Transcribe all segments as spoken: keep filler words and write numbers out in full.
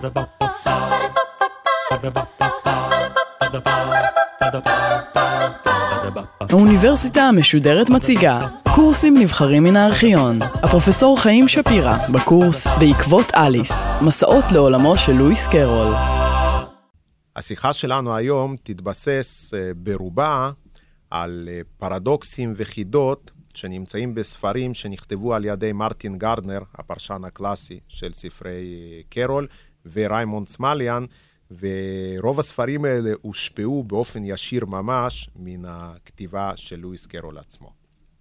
האוניברסיטה המשודרת מציגה קורסים נבחרים מן הארכיון. הפרופסור חיים שפירא בקורס בעקבות אליס, מסעות לעולמו של לואיס קרול. השיחה שלנו היום תתבסס ברובה על פרדוקסים וחידות שנמצאים בספרים שנכתבו על ידי מרטין גרדנר, הפרשן הקלאסי של ספרי קרול, וריימונד סמליאן, ורוב הספרים האלה הושפעו באופן ישיר ממש מן הכתיבה של לואיס קרול עצמו.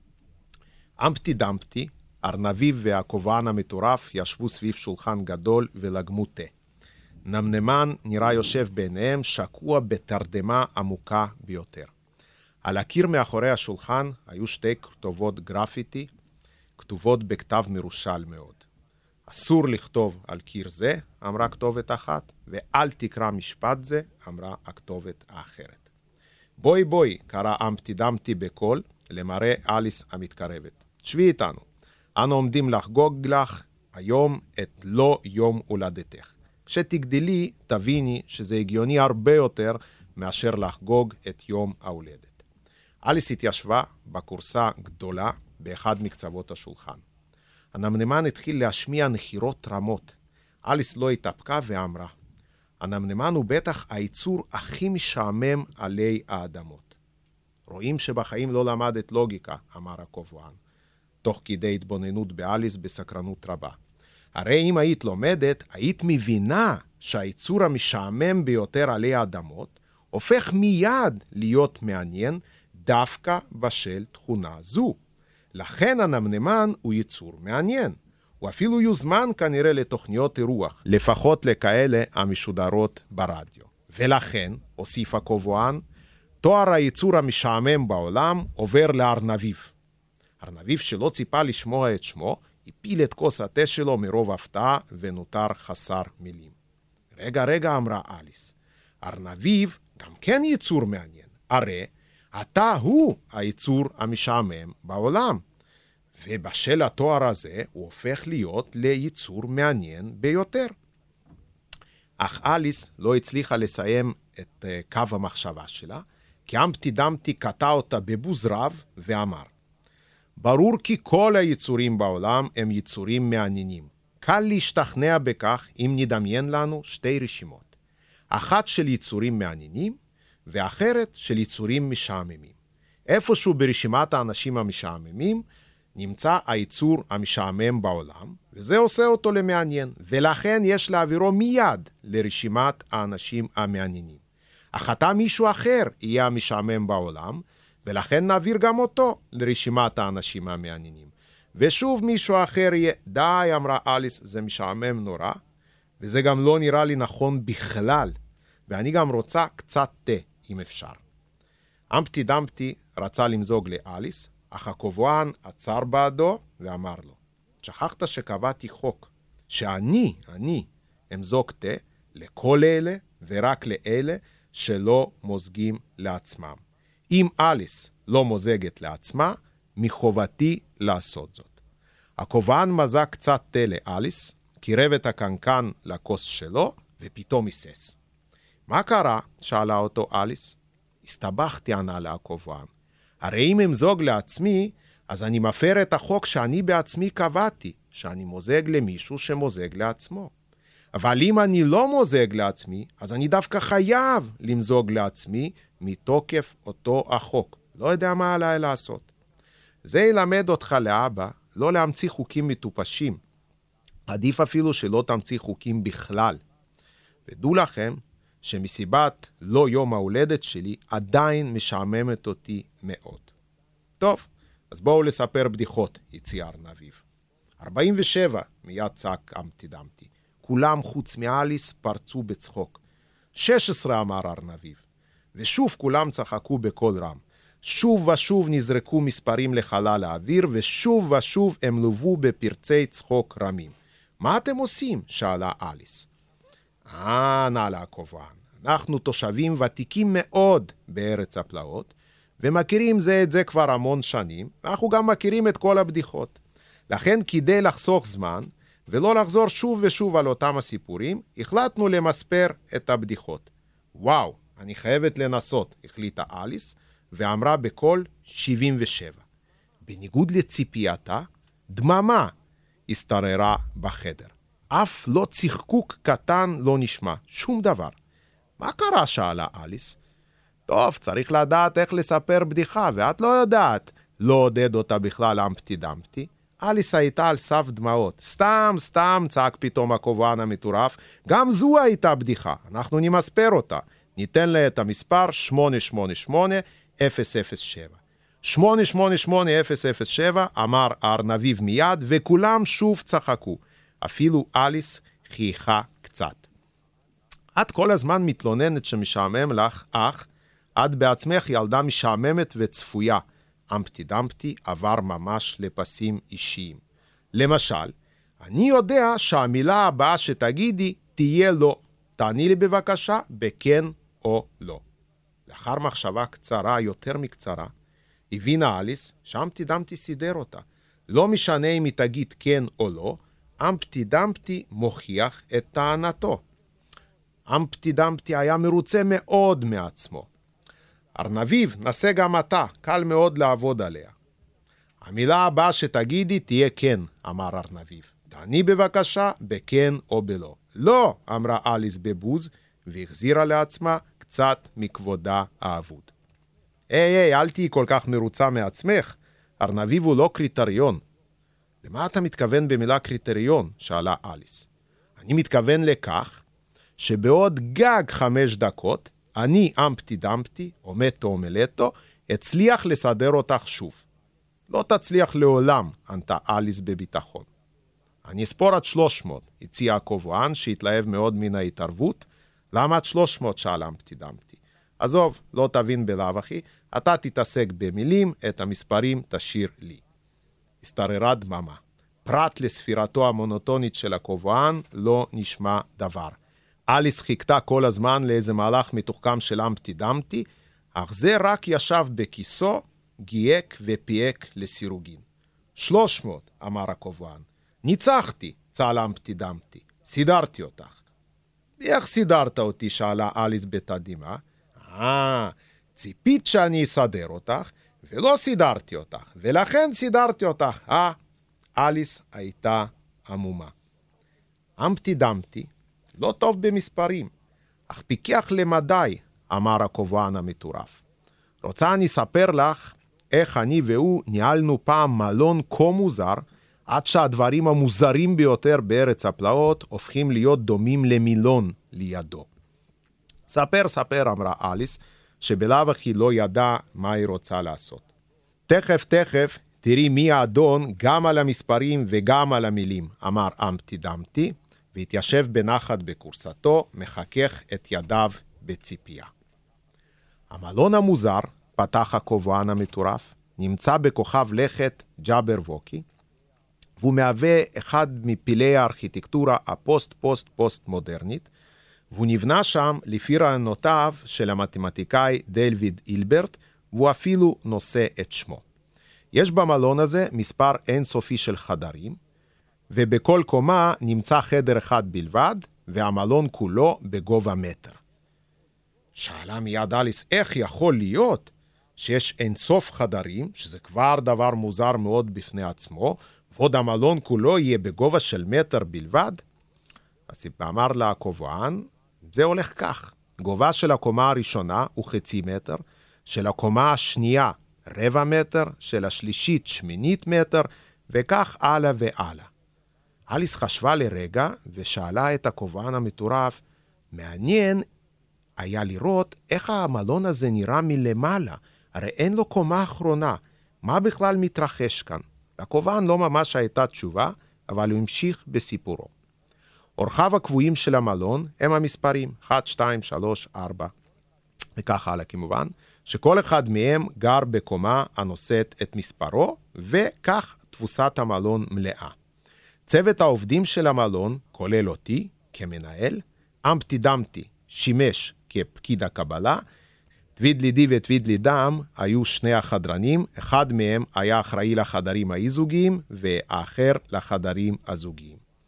אמפטי דמפטי, ארנביב והכובען המטורף ישבו סביב שולחן גדול ולגמו תה. נמנמן נראה יושב ביניהם, שקוע בתרדמה עמוקה ביותר. על הקיר מאחורי השולחן היו שתי כתובות גרפיטי, כתובות בכתב מרושל מאוד. אסור לכתוב על קיר זה, אמרה כתובת אחת, ואל תקרא משפט זה, אמרה הכתובת האחרת. בואי בואי, קרא אמפטי דמפטי בקול, למראה אליס המתקרבת. שבי איתנו, אנו עומדים לחגוג לך היום את לא יום הולדתך. כשתגדלי, תביני שזה הגיוני הרבה יותר מאשר לחגוג את יום ההולדת. אליס התיישבה בקורסה גדולה באחד מקצוות השולחן. הנמנמן התחיל להשמיע נחירות רמות. אליס לא התאפקה ואמרה, הנמנמן הוא בטח היצור הכי משעמם עלי האדמות. רואים שבחיים לא למדת לוגיקה, אמר הכובען, תוך כדי התבוננות באליס בסקרנות רבה. הרי אם היית לומדת, היית מבינה שהיצור המשעמם ביותר עלי האדמות הופך מיד להיות מעניין דווקא בשל תכונה זו. לכן הנמנמן הוא יצור מעניין. הוא אפילו יוזמן כנראה לתוכניות אירוח, לפחות לכאלה המשודרות ברדיו. ולכן, הוסיף הכובען, תואר היצור המשעמם בעולם עובר לארנביב. ארנביב שלא ציפה לשמוע את שמו, הפיל את כוס התה שלו מרוב הפתעה ונותר חסר מילים. רגע, רגע, אמרה אליס. ארנביב גם כן יצור מעניין. הרי אתה הוא היצור המשעמם בעולם. ובשל התואר הזה הוא הופך להיות ליצור מעניין ביותר. אך אליס לא הצליחה לסיים את קו המחשבה שלה, כי אמפטי דמפטי קטע אותה בבוז רב ואמר, ברור כי כל היצורים בעולם הם יצורים מעניינים. קל להשתכנע בכך אם נדמיין לנו שתי רשימות. אחת של יצורים מעניינים, ואחרת של יצורים משעממים. איפשהו ברשימת האנשים המשעממים, נמצא היצור המשעמם בעולם, וזה עושה אותו למעניין, ולכן יש להעבירו מיד לרשימת האנשים המעניינים. אך אתה מישהו אחר יהיה המשעמם בעולם, ולכן נעביר גם אותו לרשימת האנשים המעניינים. ושוב מישהו אחר יהיה, די, אמרה אליס, זה משעמם נורא, וזה גם לא נראה לי נכון בכלל, ואני גם רוצה קצת תה, אם אפשר. אמפטי דמפטי רצה למזוג לאליס, אך הכובען עצר בעדו ואמר לו, שכחת שקבעתי חוק, שאני, אני, אמזוג תה לכל אלה ורק לאלה שלא מוזגים לעצמם. אם אליס לא מוזגת לעצמה, מחובתי לעשות זאת. הכובען מזג קצת תה לאליס, קירב את הקנקן לכוס שלו, ופתאום היסס. מה קרה? שאלה אותו אליס. הסתבכתי, ענה לה הכובען. הרי אם אמזוג לעצמי, אז אני מפר את החוק שאני בעצמי קבעתי, שאני מוזג למישהו שמוזג לעצמו. אבל אם אני לא מוזג לעצמי, אז אני דווקא חייב למזוג לעצמי מתוקף אותו החוק. לא יודע מה עליי לעשות. זה ילמד אותך לאבא לא להמציא חוקים מטופשים. עדיף אפילו שלא תמציא חוקים בכלל. ודעו לכם שמסיבת לא יום ההולדת שלי עדיין משעממת אותי מאוד. טוב, אז בואו לספר בדיחות, הציע ארנביב. ארבעים ושבע, מיד צעק אמפטי דמפטי. כולם חוץ מאליס פרצו בצחוק. שש עשרה אמר ארנביב. ושוב כולם צחקו בקול רם. שוב ושוב נזרקו מספרים לחלל האוויר, ושוב ושוב הם לובו בפרצי צחוק רמים. מה אתם עושים? שאלה אליס. אה, נעלה הכובען. אנחנו תושבים ותיקים מאוד בארץ הפלאות, ומכירים זה את זה כבר המון שנים, ואנחנו גם מכירים את כל הבדיחות. לכן כדי לחסוך זמן, ולא לחזור שוב ושוב על אותם הסיפורים, החלטנו למספר את הבדיחות. וואו, אני חייבת לנסות, החליטה אליס, ואמרה בקול שבעים ושבע. בניגוד לציפייתה, דממה הסתררה בחדר. אף לא צחקוק קטן לא נשמע, שום דבר. מה קרה? שאלה אליס. טוב, צריך לדעת איך לספר בדיחה, ואת לא יודעת. לא עודד אותה בכלל אמפטי דמפטי. אליס הייתה על סף דמעות. סתם, סתם, צעק פתאום הקובען המטורף. גם זו הייתה בדיחה, אנחנו נמספר אותה. ניתן לה את המספר שמונה שמונה שמונה אפס אפס שבע. שמונה שמונה שמונה אפס אפס שבע אמר הארנביב מיד, וכולם שוב צחקו. אפילו אליס חייכה קצת. את כל הזמן מתלוננת שמשעמם לך, אך את בעצמך ילדה משעממת וצפויה. אמפטי דמפטי עבר ממש לפסים אישיים. למשל, אני יודע שהמילה הבאה שתגידי תהיה לא. תעני לי בבקשה בכן או לא. לאחר מחשבה קצרה, יותר מקצרה, הבינה אליס שאמפטי דמפטי סידר אותה. לא משנה אם היא תגיד כן או לא, אמפטי דמפטי מוכיח את טענתו. אמפטי דמפטי היה מרוצה מאוד מעצמו. ארנביב, נסה גם אתה, קל מאוד לעבוד עליה. המילה הבאה שתגידי תהיה כן, אמר ארנביב. תעני בבקשה בכן או בלא. לא, אמרה אליס בבוז, והחזירה לעצמה קצת מכבודה האבוד. היי, היי, אל תהי כל כך מרוצה מעצמך. ארנביב הוא לא קריטריון. למה אתה מתכוון במילה קריטריון? שאלה אליס. אני מתכוון לכך שבעוד גג חמש דקות, אני אמפטי דמפטי, או מטו או מלטו, הצליח לסדר אותך שוב. לא תצליח לעולם, ענתה אליס בביטחון. אני אספור עד שלוש מאות, הציע הקובען שהתלהב מאוד מן ההתערבות. למה עד שלוש מאות? שאל אמפטי דמפטי. עזוב, לא תבין בלאו אחי, אתה תתעסק במילים, את המספרים תשאיר לי. הסתררה דממה. פרט לספירתו המונוטונית של הקובען, לא נשמע דבר. אליס חיכתה כל הזמן לאיזה מהלך מתוחכם של אמפטי דמפטי, אך זה רק ישב בכיסו, גייק ופייק לסירוגין. שלוש מאות, אמר הקובען. ניצחתי, צעל אמפטי דמפטי. סידרתי אותך. איך סידרת אותי? שאלה אליס בתדהמה. אה, ציפית שאני אסדר אותך, ולא סידרתי אותך, ולכן סידרתי אותך. אה, אליס הייתה עמומה. אמפטי דמפטי לא טוב במספרים, אך פיקח למדי, אמר הקובען המטורף. רוצה אני אספר לך איך אני והוא ניהלנו פעם מלון כה מוזר, עד שהדברים המוזרים ביותר בארץ הפלאות הופכים להיות דומים למילון לידו. ספר, ספר, אמרה אליס, שבלאו הכי לא ידע מה היא רוצה לעשות. תכף, תכף, תראי מי האדון גם על המספרים וגם על המילים, אמר אמפטי דמפטי, והתיישב בנחת בקורסתו, מחכך את ידיו בציפייה. המלון המוזר, פתח הקובען המטורף, נמצא בכוכב לכת ג'אבר ווקי, והוא מהווה אחד מפילי הארכיטקטורה הפוסט-פוסט-פוסט מודרנית, והוא נבנה שם לפי רעיונותיו של המתמטיקאי דייוויד הילברט, והוא אפילו נושא את שמו. יש במלון הזה מספר אינסופי של חדרים, ובכל קומה נמצא חדר אחד בלבד, והמלון כולו בגובה מטר. שאלה מיד אליס, איך יכול להיות שיש אינסוף חדרים, שזה כבר דבר מוזר מאוד בפני עצמו, ועוד המלון כולו יהיה בגובה של מטר בלבד? אז אמר לה הקובען, זה הולך כך. גובה של הקומה הראשונה הוא חצי מטר, של הקומה השנייה רבע מטר, של השלישית שמינית מטר, וכך הלאה והלאה. אליס חשבה לרגע ושאלה את הקובען המטורף, מעניין היה לראות איך המלון הזה נראה מלמעלה, הרי אין לו קומה אחרונה, מה בכלל מתרחש כאן? לקובען לא ממש הייתה תשובה, אבל הוא המשיך בסיפורו. אורחיו הקבועים של המלון הם המספרים אחת, שתיים, שלוש, ארבע, וכך הלאה כמובן, שכל אחד מהם גר בקומה הנושאת את מספרו, וכך תפוסת המלון מלאה. צוות העובדים של המלון, כולל אותי כמנהל, אמפטי דמפטי שימש כפקיד הקבלה, טווידלי די וטווידלי דם היו שני החדרנים, אחד מהם היה אחראי לחדרים האי-זוגיים, והאחר לחדרים הזוגיים.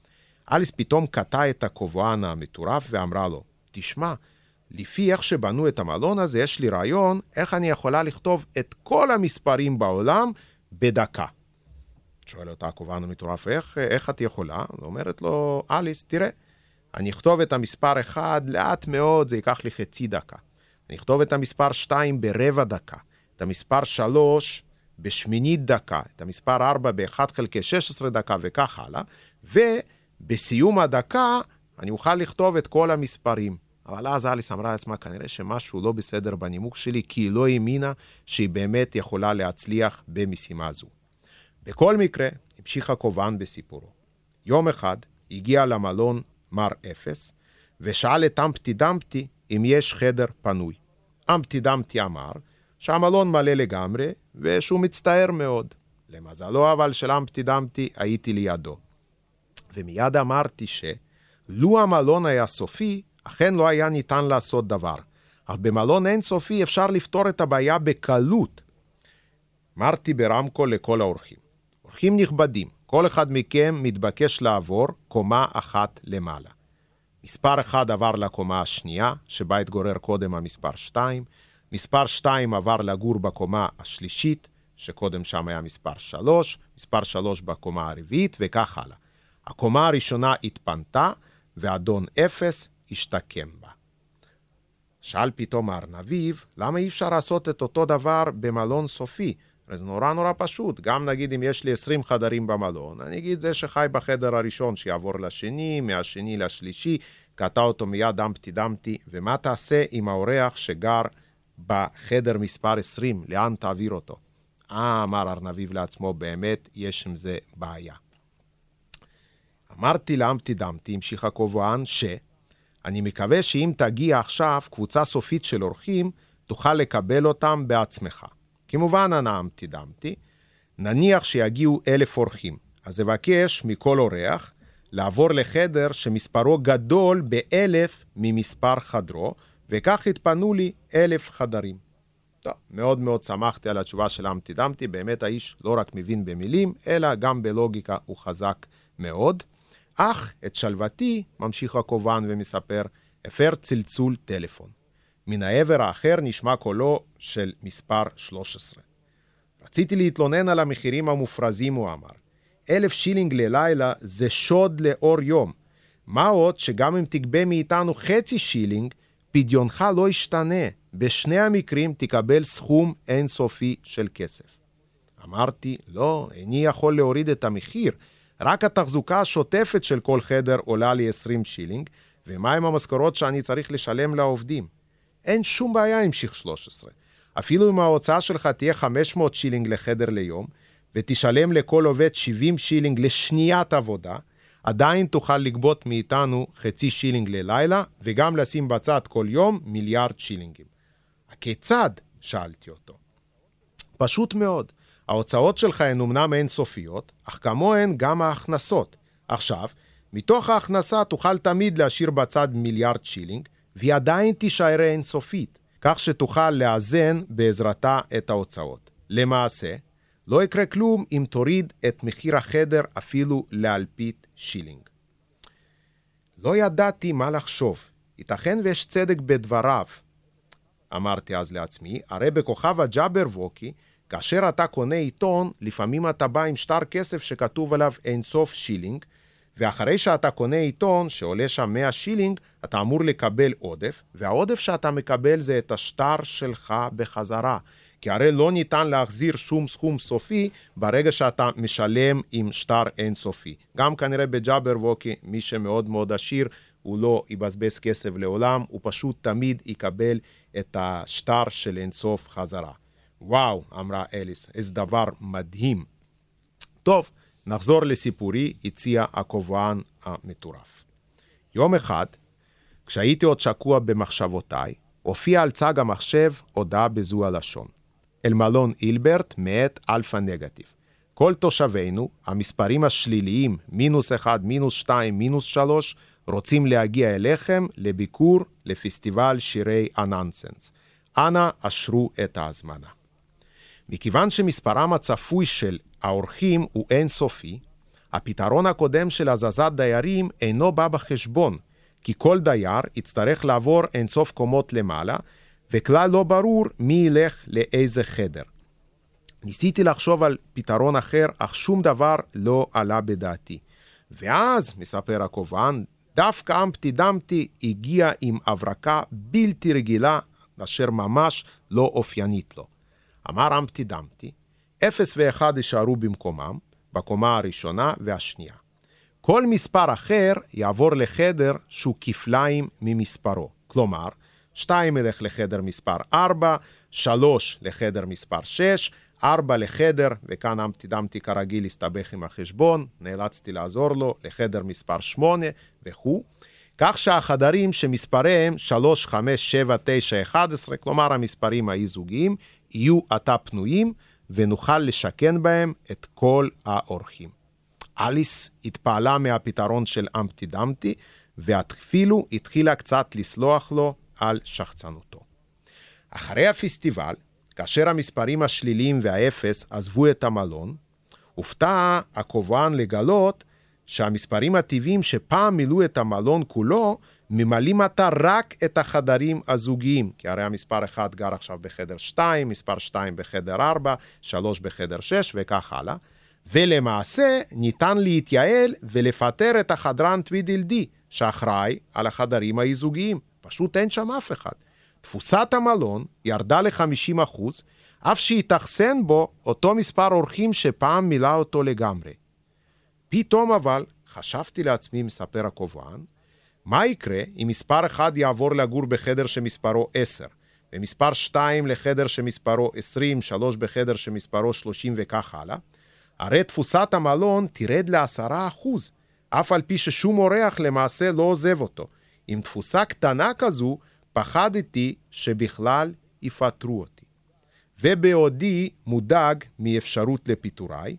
אליס פתאום קטע את הקובען המטורף ואמרה לו, תשמע, לפי איך שבנו את המלון הזה, יש לי רעיון איך אני יכולה לכתוב את כל המספרים בעולם בדקה. שואל אותה הקובען המטורף, איך, איך את יכולה? אומרת לו, אליס, תראה, אני אכתוב את המספר אחד לאט מאוד, זה ייקח לי חצי דקה. אני אכתוב את המספר שתיים ברבע דקה, את המספר שלוש בשמינית דקה, את המספר ארבע באחת חלקי שש עשרה דקה וכך הלאה, ובסיום הדקה אני אוכל לכתוב את כל המספרים. אבל אז אליס אמרה לעצמה, כנראה שמשהו לא בסדר בנימוק שלי, כי היא לא האמינה שהיא באמת יכולה להצליח במשימה זו. בכל מקרה, המשיך הקובען בסיפורו. יום אחד הגיע למלון מר אפס, ושאל את אמפטי דמפטי אם יש חדר פנוי. אמפטי דמפטי אמר שהמלון מלא לגמרי, ושהוא מצטער מאוד. למזלו אבל של אמפטי דמפטי הייתי לידו. ומיד אמרתי שלו המלון היה סופי, אכן לא היה ניתן לעשות דבר. אך במלון אין סופי אפשר לפתור את הבעיה בקלות. אמרתי ברמקול לכל האורחים. אורחים נכבדים, כל אחד מכם מתבקש לעבור קומה אחת למעלה. מספר אחד עבר לקומה השנייה, שבה התגורר קודם המספר שתיים. מספר שתיים עבר לגור בקומה השלישית, שקודם שם היה מספר שלוש. מספר שלוש בקומה הרביעית וכך הלאה. הקומה הראשונה התפנתה, ואדון אפס השתקם בה. שאל פתאום הארנביב, למה אי אפשר לעשות את אותו דבר במלון סופי? זה נורא נורא פשוט. גם נגיד אם יש לי עשרים חדרים במלון, אני אגיד זה שחי בחדר הראשון שיעבור לשני, מהשני לשלישי, קטע אותו מיד אמפטי דמפטי, ומה תעשה עם האורח שגר בחדר מספר עשרים? לאן תעביר אותו? אה, אמר ארנביב לעצמו, באמת יש עם זה בעיה. אמרתי לאמפטי דמפטי, המשיך הקובען, שאני מקווה שאם תגיע עכשיו קבוצה סופית של אורחים, תוכל לקבל אותם בעצמך. כמובן אמפטי דמפטי, נניח שיגיעו אלף אורחים, אז אבקש מכל אורח לעבור לחדר שמספרו גדול באלף ממספר חדרו, וכך התפנו לי אלף חדרים. טוב, מאוד מאוד שמחתי על התשובה של אמפטי דמפטי, באמת האיש לא רק מבין במילים, אלא גם בלוגיקה הוא חזק מאוד. אך את שלוותי, ממשיך הקובען ומספר, הפר צלצול טלפון. מן העבר האחר נשמע קולו של מספר שלוש עשרה. רציתי להתלונן על המחירים המופרזים, הוא אמר. אלף שילינג ללילה זה שוד לאור יום. מה עוד שגם אם תגבה מאיתנו חצי שילינג, פדיונך לא ישתנה. בשני המקרים תקבל סכום אינסופי של כסף. אמרתי, לא, איני יכול להוריד את המחיר. רק התחזוקה השוטפת של כל חדר עולה לי עשרים שילינג, ומה עם המשכורות שאני צריך לשלם לעובדים? אין שום בעיה, המשיך שלוש עשרה. אפילו אם ההוצאה שלך תהיה חמש מאות שילינג לחדר ליום, ותשלם לכל עובד שבעים שילינג לשניית עבודה, עדיין תוכל לגבות מאיתנו חצי שילינג ללילה, וגם לשים בצד כל יום מיליארד שילינגים. הכיצד? שאלתי אותו. פשוט מאוד. ההוצאות שלך הן אמנם אינסופיות, אך כמוהן גם ההכנסות. עכשיו, מתוך ההכנסה תוכל תמיד להשאיר בצד מיליארד שילינג, והיא עדיין תישאר אינסופית, כך שתוכל לאזן בעזרתה את ההוצאות. למעשה, לא יקרה כלום אם תוריד את מחיר החדר אפילו לאלפית שילינג. לא ידעתי מה לחשוב. ייתכן ויש צדק בדבריו. אמרתי אז לעצמי, הרי בכוכב הג'אבר ווקי, כאשר אתה קונה עיתון, לפעמים אתה בא עם שטר כסף שכתוב עליו אינסוף שילינג, ואחרי שאתה קונה עיתון שעולה שם מאה שילינג, אתה אמור לקבל עודף, והעודף שאתה מקבל זה את השטר שלך בחזרה. כי הרי לא ניתן להחזיר שום סכום סופי ברגע שאתה משלם עם שטר אינסופי. גם כנראה בג'אבר ווקי, מי שמאוד מאוד עשיר, הוא לא יבזבז כסף לעולם, הוא פשוט תמיד יקבל את השטר של אינסוף חזרה. וואו, אמרה אליס, איזה דבר מדהים. טוב, נחזור לסיפורי, הציע הקובען המטורף. יום אחד, כשהייתי עוד שקוע במחשבותיי, הופיע על צג המחשב הודעה בזו הלשון. אל מלון אילברט מאת אלפא נגטיב. כל תושבינו, המספרים השליליים, מינוס אחד, מינוס שתיים, מינוס שלוש, רוצים להגיע אליכם לביקור לפסטיבל שירי הננסנס. אנא אשרו את ההזמנה. מכיוון שמספרם הצפוי של האורחים הוא אינסופי, הפתרון הקודם של הזזת דיירים אינו בא בחשבון, כי כל דייר יצטרך לעבור אינסוף קומות למעלה, וכלל לא ברור מי ילך לאיזה חדר. ניסיתי לחשוב על פתרון אחר, אך שום דבר לא עלה בדעתי. ואז, מספר הקובען, דווקא אמפטי דמפטי הגיע עם הברקה בלתי רגילה, אשר ממש לא אופיינית לו. אמר אמפטי דמפטי, אפס ואחד יישארו במקומם, בקומה הראשונה והשנייה. כל מספר אחר יעבור לחדר שהוא כפליים ממספרו. כלומר, שתיים ילך לחדר מספר ארבע, שלוש לחדר מספר שש, ארבע לחדר, וכאן אמפטי דמפטי כרגיל הסתבך עם החשבון, נאלצתי לעזור לו, לחדר מספר שמונה וכו'. כך שהחדרים שמספריהם שלוש, חמש, שבע, תשע, אחת עשרה, כלומר המספרים האי-זוגיים, יהיו עתה פנויים, ונוכל לשכן בהם את כל האורחים. אליס התפעלה מהפתרון של אמפטי דמפטי, ואפילו התחילה קצת לסלוח לו על שחצנותו. אחרי הפסטיבל, כאשר המספרים השליליים והאפס עזבו את המלון, הופתע הקובען לגלות שהמספרים הטבעיים שפעם מילאו את המלון כולו, ממלאים עתה רק את החדרים הזוגיים, כי הרי המספר אחד גר עכשיו בחדר שתיים, מספר שתיים בחדר ארבע, שלוש בחדר שש וכך הלאה, ולמעשה ניתן להתייעל ולפטר את החדרן טווידלדי, שאחראי על החדרים האי-זוגיים. פשוט אין שם אף אחד. תפוסת המלון ירדה ל-חמישים אחוז, אף שהתאכסן בו אותו מספר אורחים שפעם מילא אותו לגמרי. פתאום אבל חשבתי לעצמי, מספר הקובען, מה יקרה אם מספר אחד יעבור לגור בחדר שמספרו עשר, ומספר שתיים לחדר שמספרו עשרים, שלוש בחדר שמספרו שלושים וכך הלאה? הרי תפוסת המלון תרד ל-עשרה אחוז, אף על פי ששום אורח למעשה לא עוזב אותו. עם תפוסה קטנה כזו, פחדתי שבכלל יפטרו אותי. ובעודי מודאג מאפשרות לפיטוריי,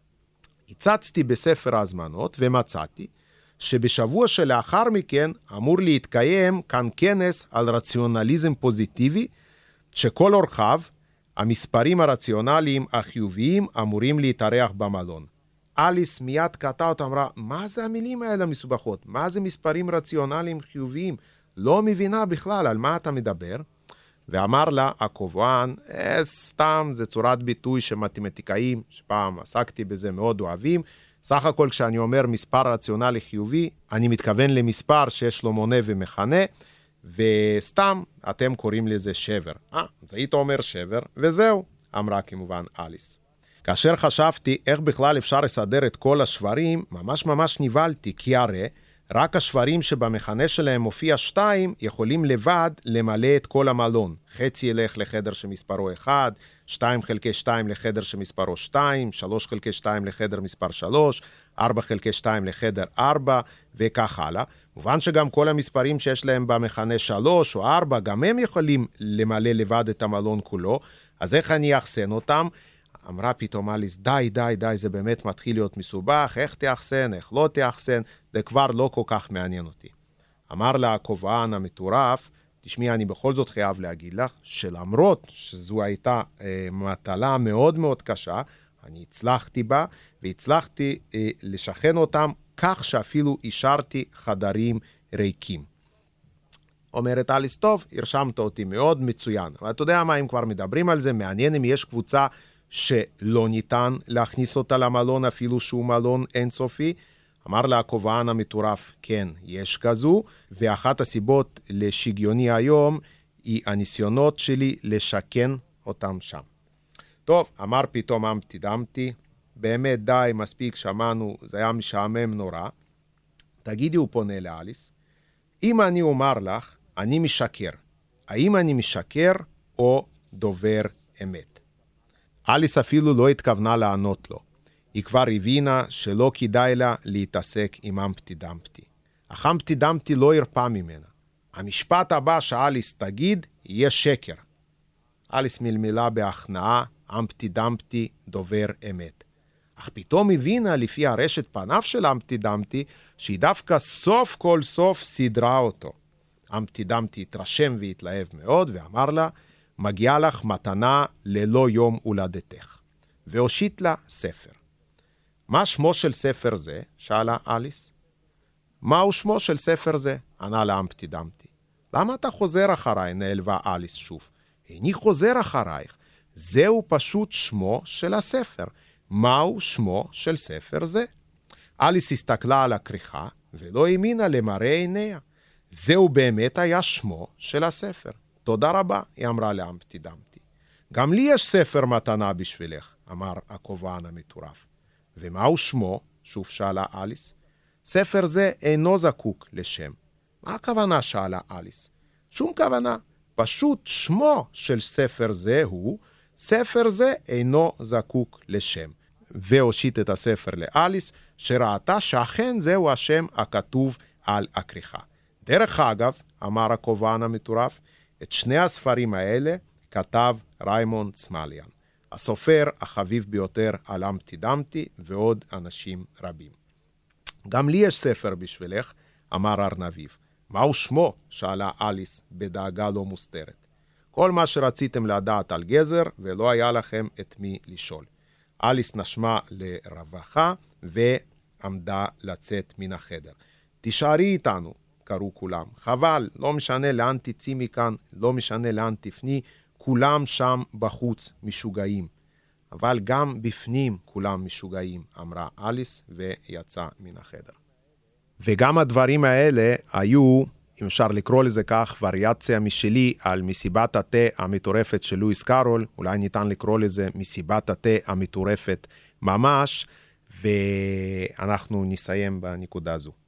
הצצתי בספר ההזמנות ומצאתי שבשבוע שלאחר מכן אמור להתקיים כאן כנס על רציונליזם פוזיטיבי, שכל אורחיו, המספרים הרציונליים החיוביים, אמורים להתארח במלון. אליס מיד קטעה אותה, אמרה, מה זה המילים האלה המסובכות? מה זה מספרים רציונליים חיוביים? לא מבינה בכלל על מה אתה מדבר. ואמר לה הקובען, אה, סתם, זה צורת ביטוי שמתמטיקאים, שפעם עסקתי בזה, מאוד אוהבים. סך הכל כשאני אומר מספר רציונלי חיובי, אני מתכוון למספר שיש לו מונה ומכנה, וסתם אתם קוראים לזה שבר. אה, אז היית אומר שבר, וזהו, אמרה כמובן אליס. כאשר חשבתי איך בכלל אפשר לסדר את כל השברים, ממש ממש נבלתי, כי הרי רק השברים שבמכנה שלהם מופיע שתיים, יכולים לבד למלא את כל המלון. חצי ילך לחדר שמספרו אחד, שתיים חלקי שתיים לחדר שמספרו שתיים, שלוש חלקי שתיים לחדר מספר שלוש, ארבע חלקי שתיים לחדר ארבע, וכך הלאה. מובן שגם כל המספרים שיש להם במכנה שלוש או ארבע, גם הם יכולים למלא לבד את המלון כולו. אז איך אני אחסן אותם? אמרה פתאום אליס, די, די, די, זה באמת מתחיל להיות מסובך, איך תאחסן, איך לא תאחסן, זה כבר לא כל כך מעניין אותי. אמר לה הקובען המטורף, תשמעי, אני בכל זאת חייב להגיד לך, שלמרות שזו הייתה אה, מטלה מאוד מאוד קשה, אני הצלחתי בה, והצלחתי אה, לשכן אותם כך שאפילו השארתי חדרים ריקים. אומרת אליס, טוב, הרשמת אותי מאוד מצוין. אבל אתה יודע מה, אם כבר מדברים על זה, מעניין אם יש קבוצה שלא ניתן להכניס אותה למלון, אפילו שהוא מלון אינסופי. אמר לה הקובען המטורף, כן, יש כזו, ואחת הסיבות לשגיוני היום היא הניסיונות שלי לשכן אותם שם. טוב, אמר פתאום אמפטי דמפטי, באמת די, מספיק, שמענו, זה היה משעמם נורא. תגידי, הוא פונה לאליס, אם אני אומר לך, אני משקר. האם אני משקר או דובר אמת? אליס אפילו לא התכוונה לענות לו. היא כבר הבינה שלא כדאי לה להתעסק עם אמפטי דמפטי. אך אמפטי דמפטי לא הרפה ממנה. המשפט הבא שאליס תגיד יהיה שקר. אליס מלמלה בהכנעה, אמפטי דמפטי דובר אמת. אך פתאום הבינה לפי הרשת פניו של אמפטי דמפטי, שהיא דווקא סוף כל סוף סדרה אותו. אמפטי דמפטי התרשם והתלהב מאוד ואמר לה, מגיעה לך מתנה ללא יום הולדתך. והושיט לה ספר. מה שמו של ספר זה? שאלה אליס. מהו שמו של ספר זה? ענה לה אמפטי דמפטי. למה אתה חוזר אחריי? נעלבה אליס שוב. איני חוזר אחרייך. זהו פשוט שמו של הספר. מהו שמו של ספר זה? אליס הסתכלה על הכריכה ולא האמינה למראה עיניה. זהו באמת היה שמו של הספר. תודה רבה, היא אמרה לאמפטי דמפטי. גם לי יש ספר מתנה בשבילך, אמר הכובען המטורף. ומהו שמו? שוב שאלה אליס. ספר זה אינו זקוק לשם. מה הכוונה? שאלה אליס. שום כוונה. פשוט שמו של ספר זה הוא, ספר זה אינו זקוק לשם. והושיט את הספר לאליס, שראתה שאכן זהו השם הכתוב על הכריכה. דרך אגב, אמר הכובען המטורף, את שני הספרים האלה כתב ריימונד סמליאן, הסופר החביב ביותר על אמפטי דמפטי ועוד אנשים רבים. גם לי יש ספר בשבילך, אמר ארנביב. מהו שמו? שאלה אליס בדאגה לא מוסתרת. כל מה שרציתם לדעת על גזר ולא היה לכם את מי לשאול. אליס נשמה לרווחה ועמדה לצאת מן החדר. תישארי איתנו, קראו כולם. חבל, לא משנה לאן תצאי מכאן, לא משנה לאן תפני, כולם שם בחוץ משוגעים. אבל גם בפנים כולם משוגעים, אמרה אליס ויצאה מן החדר. וגם הדברים האלה היו, אם אפשר לקרוא לזה כך, וריאציה משלי על מסיבת התה המטורפת של לואיס קארול, אולי ניתן לקרוא לזה מסיבת התה המטורפת ממש, ואנחנו נסיים בנקודה הזו.